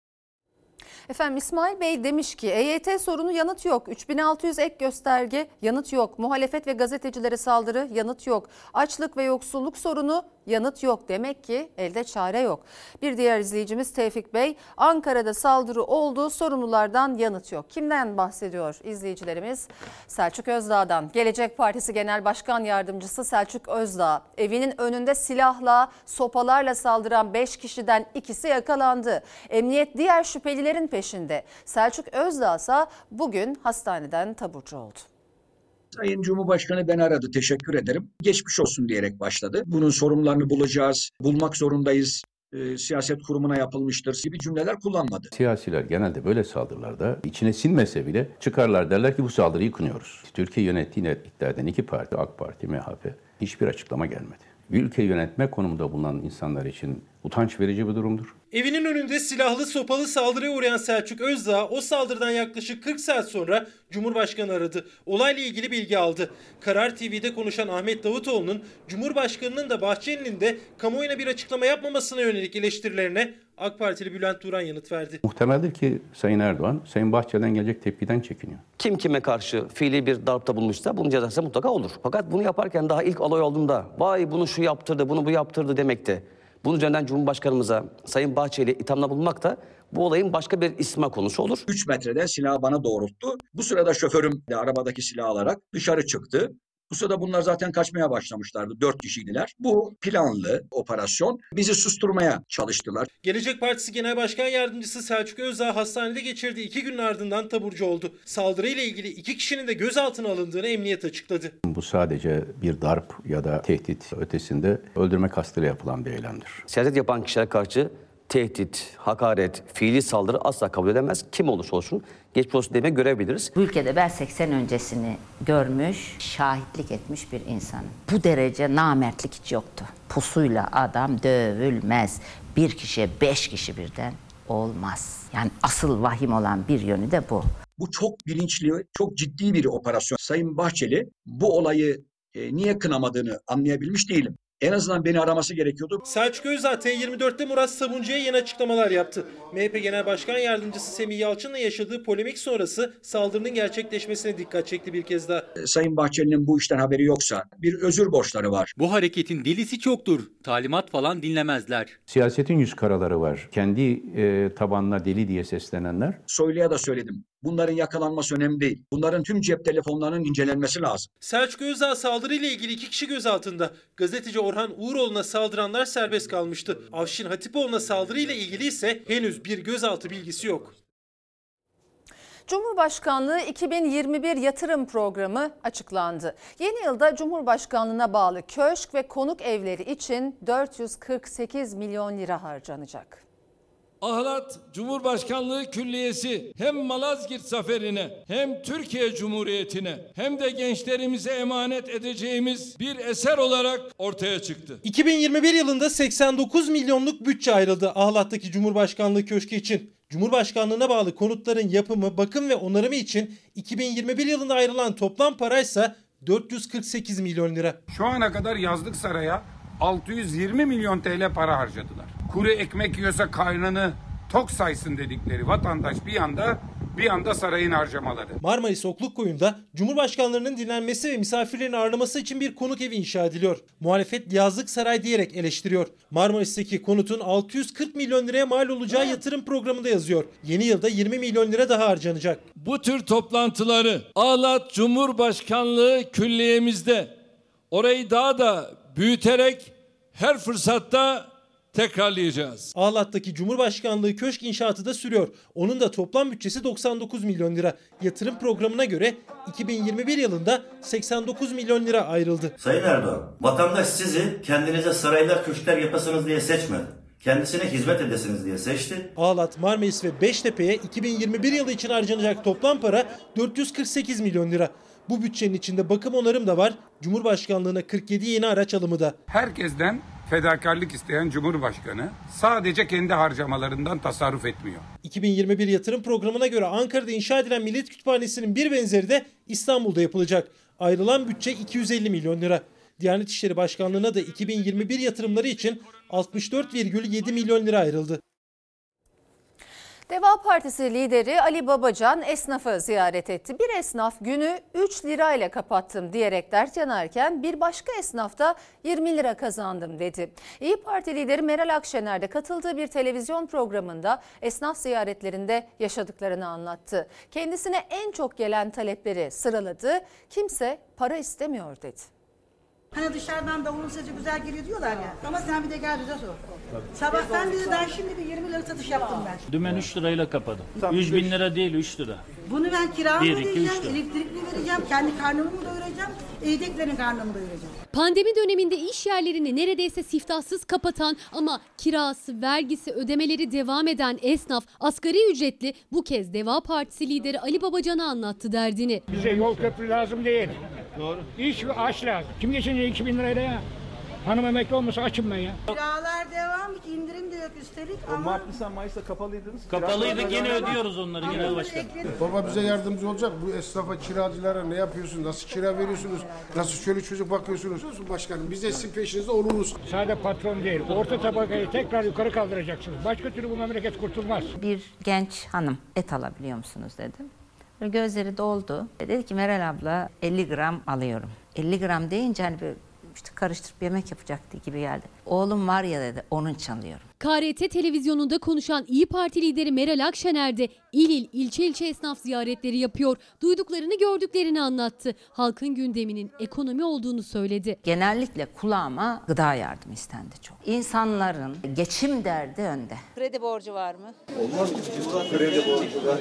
Efendim İsmail Bey demiş ki E Y T sorunu yanıt yok. üç bin altı yüz ek gösterge yanıt yok. Muhalefet ve gazetecilere saldırı yanıt yok. Açlık ve yoksulluk sorunu yanıt yok. Demek ki elde çare yok. Bir diğer izleyicimiz Tevfik Bey, Ankara'da saldırı oldu, sorumlulardan yanıt yok. Kimden bahsediyor izleyicilerimiz? Selçuk Özdağ'dan. Gelecek Partisi Genel Başkan Yardımcısı Selçuk Özdağ, evinin önünde silahla, sopalarla saldıran beş kişiden ikisi yakalandı. Emniyet diğer şüphelilerin peşinde. Selçuk Özdağ ise bugün hastaneden taburcu oldu. Sayın Cumhurbaşkanı beni aradı, teşekkür ederim. Geçmiş olsun diyerek başladı. Bunun sorumlularını bulacağız, bulmak zorundayız, e, siyaset kurumuna yapılmıştır gibi cümleler kullanmadı. Siyasiler genelde böyle saldırılarda içine sinmese bile çıkarlar, derler ki bu saldırıyı kınıyoruz. Türkiye yönettiğini iddia eden iki parti, AK Parti, M H P, hiçbir açıklama gelmedi. Bir ülkeyi yönetme konumunda bulunan insanlar için utanç verici bir durumdur. Evinin önünde silahlı sopalı saldırıya uğrayan Selçuk Özdağ o saldırıdan yaklaşık kırk saat sonra Cumhurbaşkanı aradı. Olayla ilgili bilgi aldı. Karar T V'de konuşan Ahmet Davutoğlu'nun Cumhurbaşkanı'nın da Bahçeli'nin de kamuoyuna bir açıklama yapmamasına yönelik eleştirilerine AK Partili Bülent Turan yanıt verdi. Muhtemeldir ki Sayın Erdoğan, Sayın Bahçeli'den gelecek tepkiden çekiniyor. Kim kime karşı fiili bir darpta bulmuşsa bunun cezası mutlaka olur. Fakat bunu yaparken daha ilk alay olduğunda vay bunu şu yaptırdı, bunu bu yaptırdı demekte. Bunun üzerinden Cumhurbaşkanımıza, Sayın Bahçeli ithamda bulunmak da bu olayın başka bir isma konusu olur. üç metreden silahı bana doğrulttu. Bu sırada şoförüm de arabadaki silahı alarak dışarı çıktı. Bu sırada bunlar zaten kaçmaya başlamışlardı. Dört kişiydiler. Bu planlı operasyon. Bizi susturmaya çalıştılar. Gelecek Partisi Genel Başkan Yardımcısı Selçuk Özdağ hastanede geçirdiği iki günün ardından taburcu oldu. Saldırıyla ilgili iki kişinin de gözaltına alındığını emniyet açıkladı. Bu sadece bir darp ya da tehdit ötesinde öldürme kastıyla yapılan bir eylemdir. Siyaset yapan kişiler karşı tehdit, hakaret, fiili saldırı asla kabul edemez. Kim olursa olsun geçmiş olsun demeye görebiliriz. Bu ülkede ben seksen öncesini görmüş, şahitlik etmiş bir insanım. Bu derece namertlik hiç yoktu. Pusuyla adam dövülmez. Bir kişiye beş kişi birden olmaz. Yani asıl vahim olan bir yönü de bu. Bu çok bilinçli, çok ciddi bir operasyon. Sayın Bahçeli bu olayı e, niye kınamadığını anlayabilmiş değilim. En azından beni araması gerekiyordu. Selçuk Özdağ T yirmi dörtte Murat Sabuncu'ya yeni açıklamalar yaptı. M H P Genel Başkan Yardımcısı Semih Yalçın'la yaşadığı polemik sonrası saldırının gerçekleşmesine dikkat çekti bir kez daha. Sayın Bahçeli'nin bu işten haberi yoksa bir özür borçları var. Bu hareketin delisi çoktur. Talimat falan dinlemezler. Siyasetin yüz karaları var. Kendi e, tabanına deli diye seslenenler. Soylu'ya da söyledim. Bunların yakalanması önemli değil. Bunların tüm cep telefonlarının incelenmesi lazım. Selçuk Özdağ saldırıyla ilgili iki kişi gözaltında. Gazeteci Orhan Uğuroğlu'na saldıranlar serbest kalmıştı. Afşin Hatipoğlu'na saldırıyla ilgili ise henüz bir gözaltı bilgisi yok. Cumhurbaşkanlığı iki bin yirmi bir yatırım programı açıklandı. Yeni yılda Cumhurbaşkanlığına bağlı köşk ve konuk evleri için dört yüz kırk sekiz milyon lira harcanacak. Ahlat Cumhurbaşkanlığı Külliyesi hem Malazgirt zaferine hem Türkiye Cumhuriyeti'ne hem de gençlerimize emanet edeceğimiz bir eser olarak ortaya çıktı. iki bin yirmi bir yılında seksen dokuz milyonluk bütçe ayrıldı Ahlat'taki Cumhurbaşkanlığı Köşkü için. Cumhurbaşkanlığına bağlı konutların yapımı, bakım ve onarımı için iki bin yirmi bir yılında ayrılan toplam paraysa dört yüz kırk sekiz milyon lira. Şu ana kadar Yazlık Saray'a altı yüz yirmi milyon T L para harcadılar. Kuru ekmek yiyorsa karnını tok saysın dedikleri vatandaş bir anda bir anda sarayın harcamaları. Marmaris Oklukkoyun'da Cumhurbaşkanlarının dinlenmesi ve misafirlerin ağırlaması için bir konuk evi inşa ediliyor. Muhalefet Yazlık Saray diyerek eleştiriyor. Marmaris'teki konutun altı yüz kırk milyon liraya mal olacağı yatırım programında yazıyor. Yeni yılda yirmi milyon lira daha harcanacak. Bu tür toplantıları Ahlat Cumhurbaşkanlığı Külliyemizde orayı daha da büyüterek her fırsatta tekrarlayacağız. Ahlat'taki Cumhurbaşkanlığı Köşk inşaatı da sürüyor. Onun da toplam bütçesi doksan dokuz milyon lira. Yatırım programına göre iki bin yirmi bir yılında seksen dokuz milyon lira ayrıldı. Sayın Erdoğan, vatandaş sizi kendinize saraylar, köşkler yapasınız diye seçmedi. Kendisine hizmet edesiniz diye seçti. Ahlat, Marmaris ve Beştepe'ye iki bin yirmi bir yılı için harcanacak toplam para dört yüz kırk sekiz milyon lira. Bu bütçenin içinde bakım onarım da var. Cumhurbaşkanlığına kırk yedi yeni araç alımı da. Herkesten fedakarlık isteyen Cumhurbaşkanı sadece kendi harcamalarından tasarruf etmiyor. iki bin yirmi bir yatırım programına göre Ankara'da inşa edilen Millet Kütüphanesi'nin bir benzeri de İstanbul'da yapılacak. Ayrılan bütçe iki yüz elli milyon lira. Diyanet İşleri Başkanlığı'na da iki bin yirmi bir yatırımları için altmış dört virgül yedi milyon lira ayrıldı. Deva Partisi lideri Ali Babacan esnafı ziyaret etti. Bir esnaf günü üç lirayla kapattım diyerek dert yanarken bir başka esnaf da yirmi lira kazandım dedi. İyi Parti lideri Meral Akşener de katıldığı bir televizyon programında esnaf ziyaretlerinde yaşadıklarını anlattı. Kendisine en çok gelen talepleri sıraladı. Kimse para istemiyor dedi. Hani dışarıdan davulun sesi güzel geliyor diyorlar ya. Ama sen bir de gel bize sor. Sabahtan beri ben şimdi bir yirmi lira satış yaptım ben. Dümen üç lirayla kapadım. yüz bin lira değil üç lira. Bunu ben kira mı bir, iki, ödeyeceğim, üç lira. elektrik mi vereceğim, kendi karnımı mı doyuracağım, evdekilerin karnını mı doyuracağım. Pandemi döneminde iş yerlerini neredeyse siftahsız kapatan ama kirası, vergisi, ödemeleri devam eden esnaf asgari ücretli bu kez Deva Partisi lideri Ali Babacan'a anlattı derdini. Bize yol köprü lazım değil. Doğru. İş ve aş lazım. Kim geçinecek iki bin lirayla ya? Hanım emekli olmasa açım ben ya. Kiralar devam, hiç indirim de yok üstelik o ama... Mart, Nisan, Mayıs'ta kapalıydınız. Kapalıydı, yine ödüyoruz onları genel başkan. Baba bize yardımcı olacak. Bu esnafa, kiracılara ne yapıyorsunuz? Nasıl kira veriyorsunuz? Nasıl çoluk çocuk bakıyorsunuz? Olsun başkanım. Biz de sizin peşinizde oluruz. Sadece patron değil. Orta tabakayı tekrar yukarı kaldıracaksınız. Başka türlü bu memleket kurtulmaz. Bir genç hanım et alabiliyor musunuz dedim. Böyle gözleri doldu. Dedi ki Meral abla elli gram alıyorum. elli gram deyince hani böyle işte karıştırıp yemek yapacaktı gibi geldi. Oğlum var ya dedi onun için alıyorum. K R T televizyonunda konuşan İyi Parti lideri Meral Akşener de il il, ilçe ilçe esnaf ziyaretleri yapıyor. Duyduklarını gördüklerini anlattı. Halkın gündeminin ekonomi olduğunu söyledi. Genellikle kulağıma gıda yardımı istendi çok. İnsanların geçim derdi önde. Kredi borcu var mı? Olmaz mı? Kredi borcu var.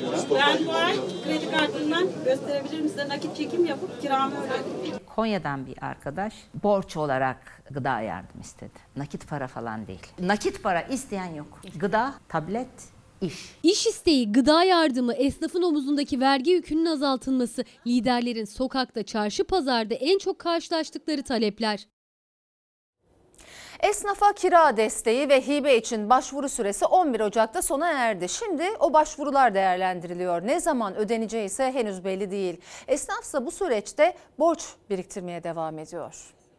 Ben bu ay kredi kartından gösterebilir size nakit çekim yapıp kiramı ödedim. Konya'dan bir arkadaş borç olarak gıda yardım istedi. Nakit para falan değil. Nakit para isteyen yok. Gıda, tablet, iş. İş isteği, gıda yardımı, esnafın omuzundaki vergi yükünün azaltılması, liderlerin sokakta, çarşı, pazarda en çok karşılaştıkları talepler. Esnafa kira desteği ve hibe için başvuru süresi on bir Ocak'ta sona erdi. Şimdi o başvurular değerlendiriliyor. Ne zaman ödeneceği ise henüz belli değil. Esnafsa bu süreçte borç biriktirmeye devam ediyor.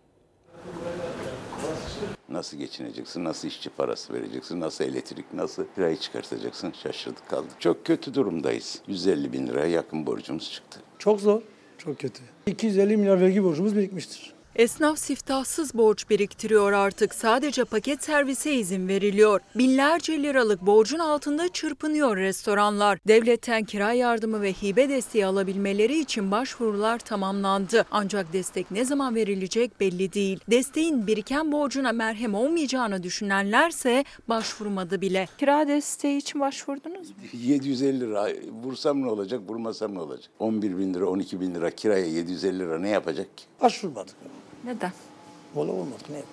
Nasıl geçineceksin, nasıl işçi parası vereceksin, nasıl elektrik, nasıl kirayı çıkartacaksın şaşırdık kaldık. Çok kötü durumdayız. yüz elli bin liraya yakın borcumuz çıktı. Çok zor, çok kötü. iki yüz elli milyar vergi borcumuz birikmiştir. Esnaf siftahsız borç biriktiriyor artık. Sadece paket servise izin veriliyor. Binlerce liralık borcun altında çırpınıyor restoranlar. Devletten kira yardımı ve hibe desteği alabilmeleri için başvurular tamamlandı. Ancak destek ne zaman verilecek belli değil. Desteğin biriken borcuna merhem olmayacağını düşünenlerse başvurmadı bile. Kira desteği için başvurdunuz mu? yedi yüz elli lira vursam ne olacak, vurmasam ne olacak? on bir bin lira, on iki bin lira kiraya yedi yüz elli lira ne yapacak ki? Başvurmadık. Neden? Valla olmadı. Ne?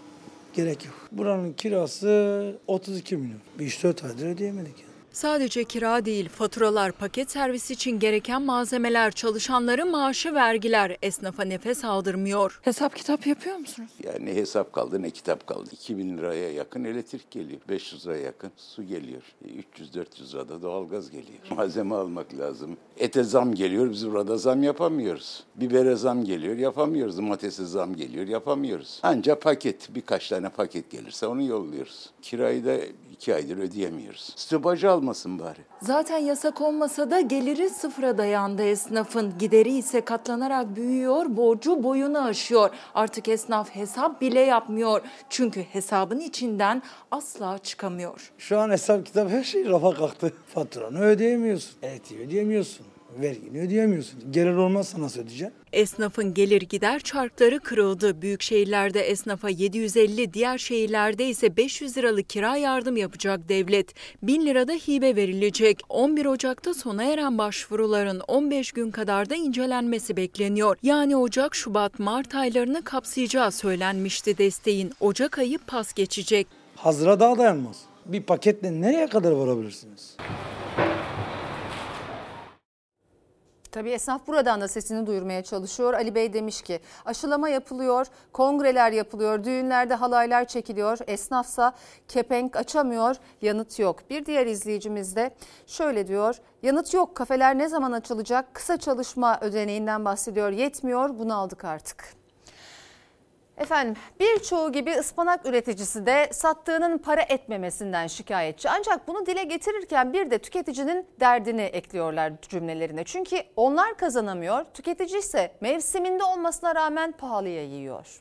Gerek yok. Buranın kirası otuz iki milyon. Bir üç dört aydır ödeyemedik. Yani. Sadece kira değil, faturalar, paket servis için gereken malzemeler, çalışanların maaşı, vergiler esnafa nefes aldırmıyor. Hesap kitap yapıyor musunuz? Yani ne hesap kaldı ne kitap kaldı. iki bin liraya yakın elektrik geliyor. beş yüz liraya yakın su geliyor. üç yüz dört yüz lirada doğalgaz geliyor. Malzeme almak lazım. Ete zam geliyor, biz burada zam yapamıyoruz. Bibere zam geliyor, yapamıyoruz. Domatese zam geliyor, yapamıyoruz. Ancak paket, birkaç tane paket gelirse onu yolluyoruz. Kirayı da iki aydır ödeyemiyoruz. Stopajı almasın bari. Zaten yasak olmasa da geliri sıfıra dayandı esnafın. Gideri ise katlanarak büyüyor, borcu boyunu aşıyor. Artık esnaf hesap bile yapmıyor. Çünkü hesabın içinden asla çıkamıyor. Şu an hesap kitap her şey rafa kalktı. Faturanı ödeyemiyorsun. Elektriği ödeyemiyorsun. Vergini ödeyemiyorsun. Gelir olmazsa nasıl ödeyeceksin? Esnafın gelir gider çarkları kırıldı. Büyük şehirlerde esnafa yedi yüz elli, diğer şehirlerde ise beş yüz liralık kira yardım yapacak devlet. bin lirada hibe verilecek. on bir Ocak'ta sona eren başvuruların on beş gün kadar da incelenmesi bekleniyor. Yani Ocak, Şubat, Mart aylarını kapsayacağı söylenmişti desteğin. Ocak ayı pas geçecek. Hazıra daha dayanmaz. Bir paketle nereye kadar varabilirsiniz? Tabii esnaf buradan da sesini duyurmaya çalışıyor. Ali Bey demiş ki aşılama yapılıyor, kongreler yapılıyor, düğünlerde halaylar çekiliyor. Esnafsa kepenk açamıyor, yanıt yok. Bir diğer izleyicimiz de şöyle diyor. Yanıt yok, kafeler ne zaman açılacak? Kısa çalışma ödeneğinden bahsediyor, yetmiyor, bunu aldık artık. Efendim birçoğu gibi ıspanak üreticisi de sattığının para etmemesinden şikayetçi. Ancak bunu dile getirirken bir de tüketicinin derdini ekliyorlar cümlelerine. Çünkü onlar kazanamıyor, tüketici ise mevsiminde olmasına rağmen pahalıya yiyor.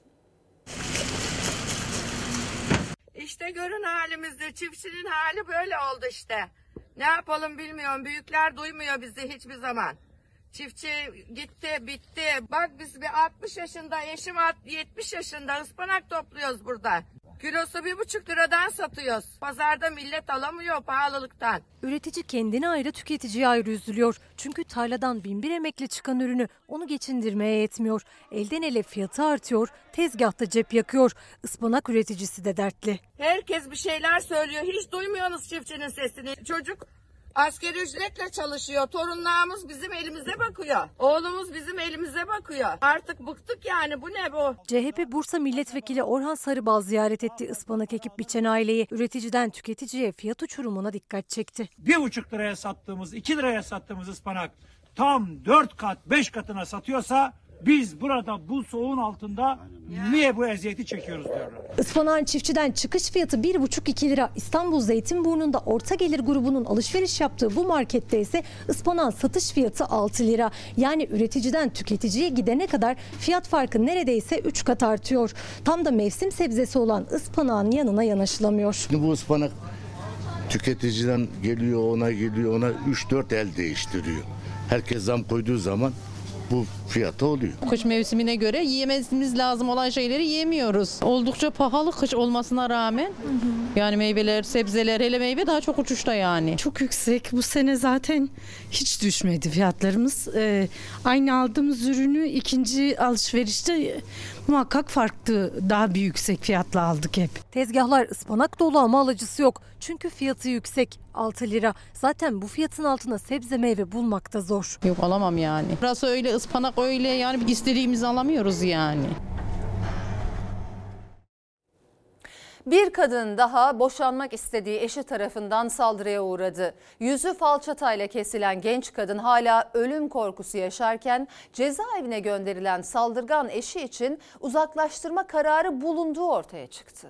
İşte görün halimizde, çiftçinin hali böyle oldu işte. Ne yapalım bilmiyorum, büyükler duymuyor bizi hiçbir zaman. Çiftçi gitti bitti. Bak biz bir altmış yaşında, eşim yetmiş yaşında ıspanak topluyoruz burada. Kilosu bir buçuk liradan satıyoruz. Pazarda millet alamıyor pahalılıktan. Üretici kendine ayrı, tüketiciye ayrı üzülüyor. Çünkü tarladan bin bir emekle çıkan ürünü onu geçindirmeye yetmiyor. Elden ele fiyatı artıyor, tezgahta cep yakıyor. Ispanak üreticisi de dertli. Herkes bir şeyler söylüyor. Hiç duymuyorsunuz çiftçinin sesini. Çocuk asgari ücretle çalışıyor. Torunlarımız bizim elimize bakıyor. Oğlumuz bizim elimize bakıyor. Artık bıktık yani, bu ne bu? C H P Bursa Milletvekili Orhan Sarıbal ziyaret etti ıspanak ekip biçen aileyi. Üreticiden tüketiciye fiyat uçurumuna dikkat çekti. Bir buçuk liraya sattığımız, iki liraya sattığımız ıspanak tam dört kat, beş katına satıyorsa biz burada bu soğuğun altında niye bu eziyeti çekiyoruz diyorlar. Ispanağın çiftçiden çıkış fiyatı bir buçuk iki lira. İstanbul Zeytinburnu'nda orta gelir grubunun alışveriş yaptığı bu markette ise ıspanağın satış fiyatı altı lira. Yani üreticiden tüketiciye gidene kadar fiyat farkı neredeyse üç kat artıyor. Tam da mevsim sebzesi olan ıspanağın yanına yanaşılamıyor. Şimdi bu ıspanak tüketiciden geliyor, ona geliyor, ona üç dört el değiştiriyor. Herkes zam koyduğu zaman bu fiyatı oluyor. Kış mevsimine göre yiyememiz lazım olan şeyleri yiyemiyoruz. Oldukça pahalı kış olmasına rağmen. Hı hı. Yani meyveler, sebzeler, hele meyve daha çok uçuşta yani. Çok yüksek. Bu sene zaten hiç düşmedi fiyatlarımız. Ee, aynı aldığımız ürünü ikinci alışverişte muhakkak farklı, daha bir yüksek fiyatla aldık hep. Tezgahlar ıspanak dolu ama alıcısı yok. Çünkü fiyatı yüksek, altı lira. Zaten bu fiyatın altına sebze meyve bulmak da zor. Yok alamam yani. Burası öyle, ıspanak öyle, yani istediğimizi alamıyoruz yani. Bir kadın daha boşanmak istediği eşi tarafından saldırıya uğradı. Yüzü falçatayla kesilen genç kadın hala ölüm korkusu yaşarken cezaevine gönderilen saldırgan eşi için uzaklaştırma kararı bulunduğu ortaya çıktı.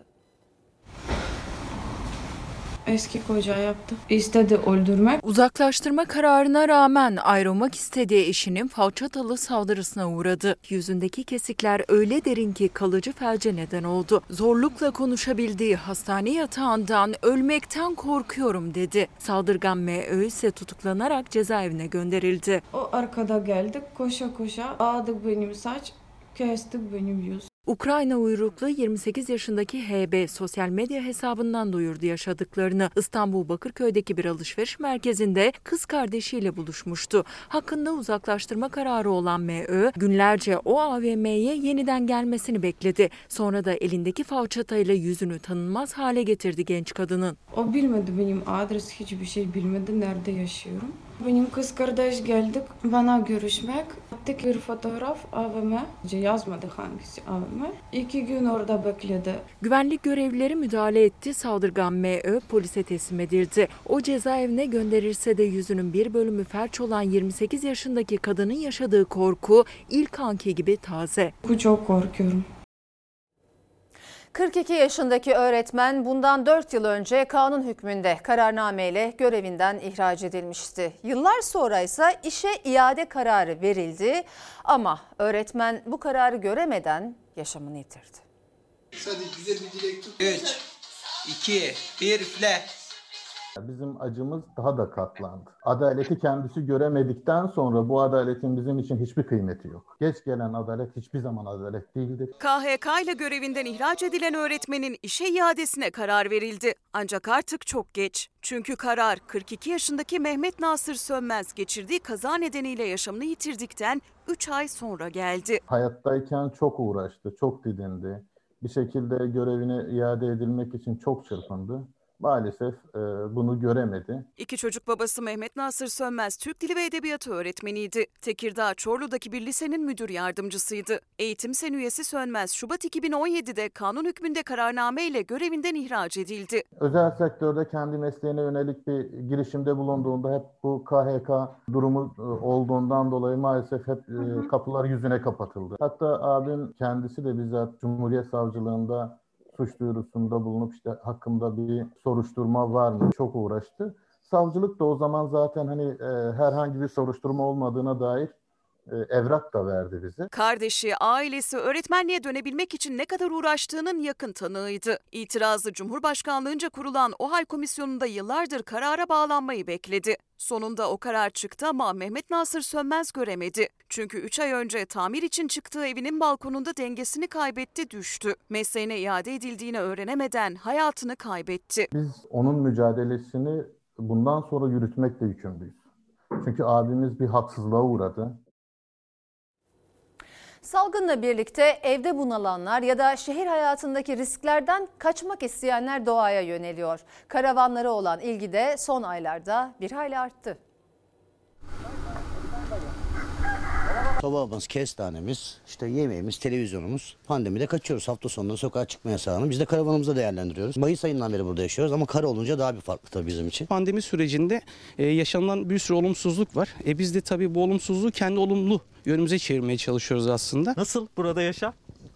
Eski koca yaptı. İstedi öldürmek. Uzaklaştırma kararına rağmen ayrılmak istediği eşinin falçatalı saldırısına uğradı. Yüzündeki kesikler öyle derin ki kalıcı felce neden oldu. Zorlukla konuşabildiği hastane yatağından ölmekten korkuyorum dedi. Saldırgan M Ö ise tutuklanarak cezaevine gönderildi. O arkada geldik, koşa koşa aldık benim saç, kestik benim yüz. Ukrayna uyruklu yirmi sekiz yaşındaki H B sosyal medya hesabından duyurdu yaşadıklarını. İstanbul Bakırköy'deki bir alışveriş merkezinde kız kardeşiyle buluşmuştu. Hakkında uzaklaştırma kararı olan M Ö günlerce o A V M'ye yeniden gelmesini bekledi. Sonra da elindeki falçatayla yüzünü tanınmaz hale getirdi genç kadının. O bilmedi benim adres, hiçbir şey bilmedi, nerede yaşıyorum. Benim kız kardeş geldik bana görüşmek. Attık bir fotoğraf A V M. Yazmadı hangisi A V M. İki gün orada bekledi. Güvenlik görevlileri müdahale etti. Saldırgan M Ö polise teslim edildi. O cezaevine gönderirse de yüzünün bir bölümü felç olan yirmi sekiz yaşındaki kadının yaşadığı korku ilk anki gibi taze. Çok korkuyorum. kırk iki yaşındaki öğretmen bundan dört yıl önce kanun hükmünde kararnameyle görevinden ihraç edilmişti. Yıllar sonra ise işe iade kararı verildi ama öğretmen bu kararı göremeden yaşamını yitirdi. Hadi güzel bir dilek tut. üç, iki, bir, üfle. Bizim acımız daha da katlandı. Adaleti kendisi göremedikten sonra bu adaletin bizim için hiçbir kıymeti yok. Geç gelen adalet hiçbir zaman adalet değildir. K H K ile görevinden ihraç edilen öğretmenin işe iadesine karar verildi. Ancak artık çok geç. Çünkü karar kırk iki yaşındaki Mehmet Nasır Sönmez geçirdiği kaza nedeniyle yaşamını yitirdikten üç ay sonra geldi. Hayattayken çok uğraştı, çok didindi. Bir şekilde görevine iade edilmek için çok çırpındı. maalesef e, bunu göremedi. İki çocuk babası Mehmet Nasır Sönmez Türk Dili ve Edebiyatı öğretmeniydi. Tekirdağ Çorlu'daki bir lisenin müdür yardımcısıydı. Eğitim Sen üyesi Sönmez Şubat iki bin on yedide kanun hükmünde kararname ile görevinden ihraç edildi. Özel sektörde kendi mesleğine yönelik bir girişimde bulunduğunda hep bu K H K durumu e, olduğundan dolayı maalesef hep e, kapılar yüzüne kapatıldı. Hatta abim kendisi de bizzat Cumhuriyet Savcılığında suç duyurusunda bulunup işte hakkında bir soruşturma var mı? Çok uğraştı. Savcılık da o zaman zaten hani e, herhangi bir soruşturma olmadığına dair e, evrak da verdi bize. Kardeşi, ailesi öğretmenliğe dönebilmek için ne kadar uğraştığının yakın tanığıydı. İtirazı Cumhurbaşkanlığınca kurulan OHAL komisyonunda yıllardır karara bağlanmayı bekledi. Sonunda o karar çıktı ama Mehmet Nasır Sönmez göremedi. Çünkü üç ay önce tamir için çıktığı evinin balkonunda dengesini kaybetti, düştü. Mesleğine iade edildiğini öğrenemeden hayatını kaybetti. Biz onun mücadelesini bundan sonra yürütmekle yükümlüyüz. Çünkü abimiz bir haksızlığa uğradı. Salgınla birlikte evde bunalanlar ya da şehir hayatındaki risklerden kaçmak isteyenler doğaya yöneliyor. Karavanlara olan ilgi de son aylarda bir hayli arttı. Sobamız, kestanemiz, işte yemeğimiz, televizyonumuz. Pandemide kaçıyoruz. Hafta sonunda sokağa çıkma yasağını biz de karavanımızda değerlendiriyoruz. Mayıs ayından beri burada yaşıyoruz ama kar olunca daha bir farklı tabii bizim için. Pandemi sürecinde e, yaşanılan bir sürü olumsuzluk var. E, biz de tabii bu olumsuzluğu kendi olumlu yönümüze çevirmeye çalışıyoruz aslında. Nasıl burada yaşam?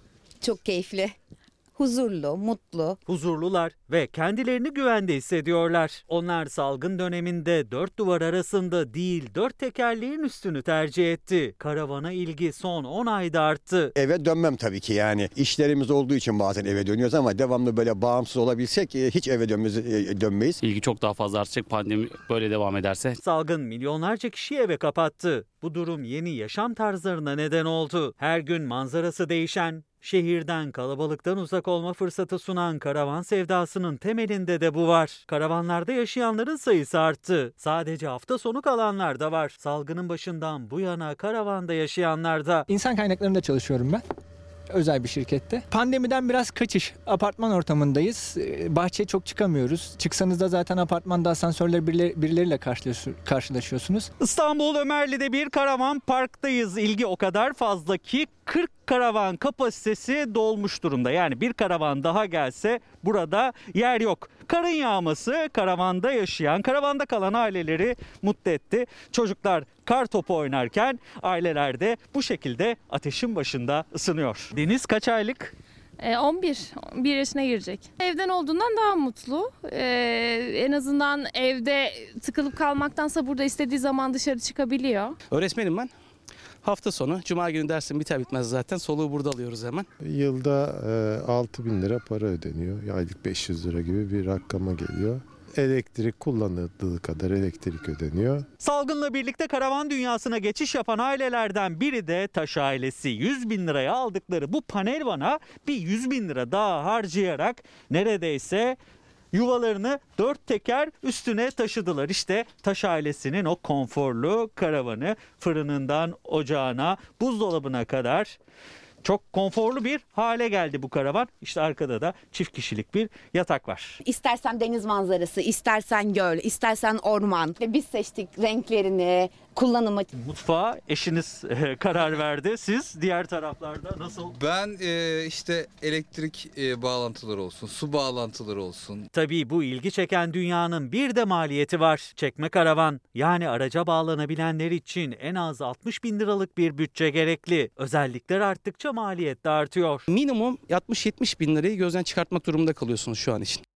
Çok keyifli, huzurlu, mutlu. Huzurlular ve kendilerini güvende hissediyorlar. Onlar salgın döneminde dört duvar arasında değil dört tekerleğin üstünü tercih etti. Karavana ilgi son on ayda arttı. Eve dönmem tabii ki yani. İşlerimiz olduğu için bazen eve dönüyoruz ama devamlı böyle bağımsız olabilsek hiç eve dönmeyiz. İlgi çok daha fazla artacak pandemi böyle devam ederse. Salgın milyonlarca kişiyi eve kapattı. Bu durum yeni yaşam tarzlarına neden oldu. Her gün manzarası değişen, şehirden, kalabalıktan uzak olma fırsatı sunan karavan sevdasının temelinde de bu var. Karavanlarda yaşayanların sayısı arttı. Sadece hafta sonu kalanlar da var. Salgının başından bu yana karavanda yaşayanlar da. İnsan kaynaklarında çalışıyorum ben. Özel bir şirkette. Pandemiden biraz kaçış. Apartman ortamındayız. Bahçeye çok çıkamıyoruz. Çıksanız da zaten apartmanda asansörler birileriyle karşılaşıyorsunuz. İstanbul Ömerli'de bir karavan parktayız. İlgi o kadar fazla ki kırk karavan kapasitesi dolmuş durumda. Yani bir karavan daha gelse burada yer yok. Karın yağması karavanda yaşayan, karavanda kalan aileleri mutlu etti. Çocuklar kar topu oynarken aileler de bu şekilde ateşin başında ısınıyor. Deniz kaç aylık? on bir, bir yaşına girecek. Evden olduğundan daha mutlu. Ee, en azından evde tıkılıp kalmaktansa burada istediği zaman dışarı çıkabiliyor. Öğretmenim ben. Hafta sonu, cuma günü dersim biter bitmez zaten soluğu burada alıyoruz hemen. Yılda e, altı bin lira para ödeniyor. Aylık beş yüz lira gibi bir rakama geliyor. Elektrik kullanıldığı kadar elektrik ödeniyor. Salgınla birlikte karavan dünyasına geçiş yapan ailelerden biri de Taş ailesi. yüz bin liraya aldıkları bu panel vana bir yüz bin lira daha harcayarak neredeyse yuvalarını dört teker üstüne taşıdılar. İşte Taş ailesinin o konforlu karavanı fırınından ocağına, buzdolabına kadar çok konforlu bir hale geldi bu karavan. İşte arkada da çift kişilik bir yatak var. İstersen deniz manzarası, istersen göl, istersen orman. Ve biz seçtik renklerini, kullanımı. Mutfağa eşiniz e, karar verdi. Siz diğer taraflarda nasıl? Ben e, işte elektrik e, bağlantıları olsun, su bağlantıları olsun. Tabii bu ilgi çeken dünyanın bir de maliyeti var. Çekme karavan yani araca bağlanabilenler için en az altmış bin liralık bir bütçe gerekli. Özellikler arttıkça maliyet de artıyor. Minimum altmış yetmiş bin lirayı gözden çıkartmak durumunda kalıyorsunuz şu an için.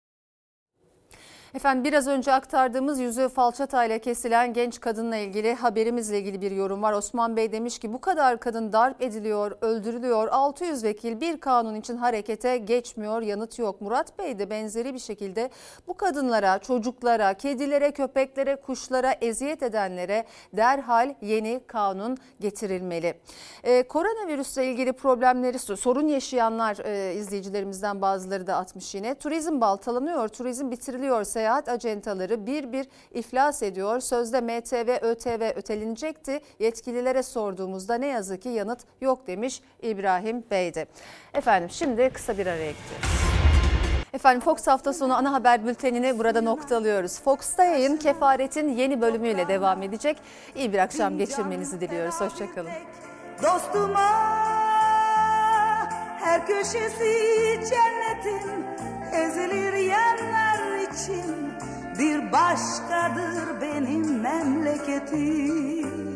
Efendim biraz önce aktardığımız yüzü falçatayla kesilen genç kadınla ilgili haberimizle ilgili bir yorum var. Osman Bey demiş ki bu kadar kadın darp ediliyor, öldürülüyor. altı yüz vekil bir kanun için harekete geçmiyor, yanıt yok. Murat Bey de benzeri bir şekilde bu kadınlara, çocuklara, kedilere, köpeklere, kuşlara eziyet edenlere derhal yeni kanun getirilmeli. Ee, koronavirüsle ilgili problemleri, sorun yaşayanlar e, izleyicilerimizden bazıları da atmış yine. Turizm baltalanıyor, turizm bitiriliyor. Seyahat acentaları bir bir iflas ediyor. Sözde M T V, Ö T V ötelenecekti. Yetkililere sorduğumuzda ne yazık ki yanıt yok demiş İbrahim Bey de. Efendim şimdi kısa bir araya gidiyoruz. Efendim Fox hafta sonu ana haber bültenini burada noktalıyoruz. Fox'ta yayın Kefaret'in yeni bölümüyle devam edecek. İyi bir akşam geçirmenizi diliyoruz. Hoşçakalın. Dostuma her köşesi cennetin, ezilir yanlar için bir başkadır benim memleketim.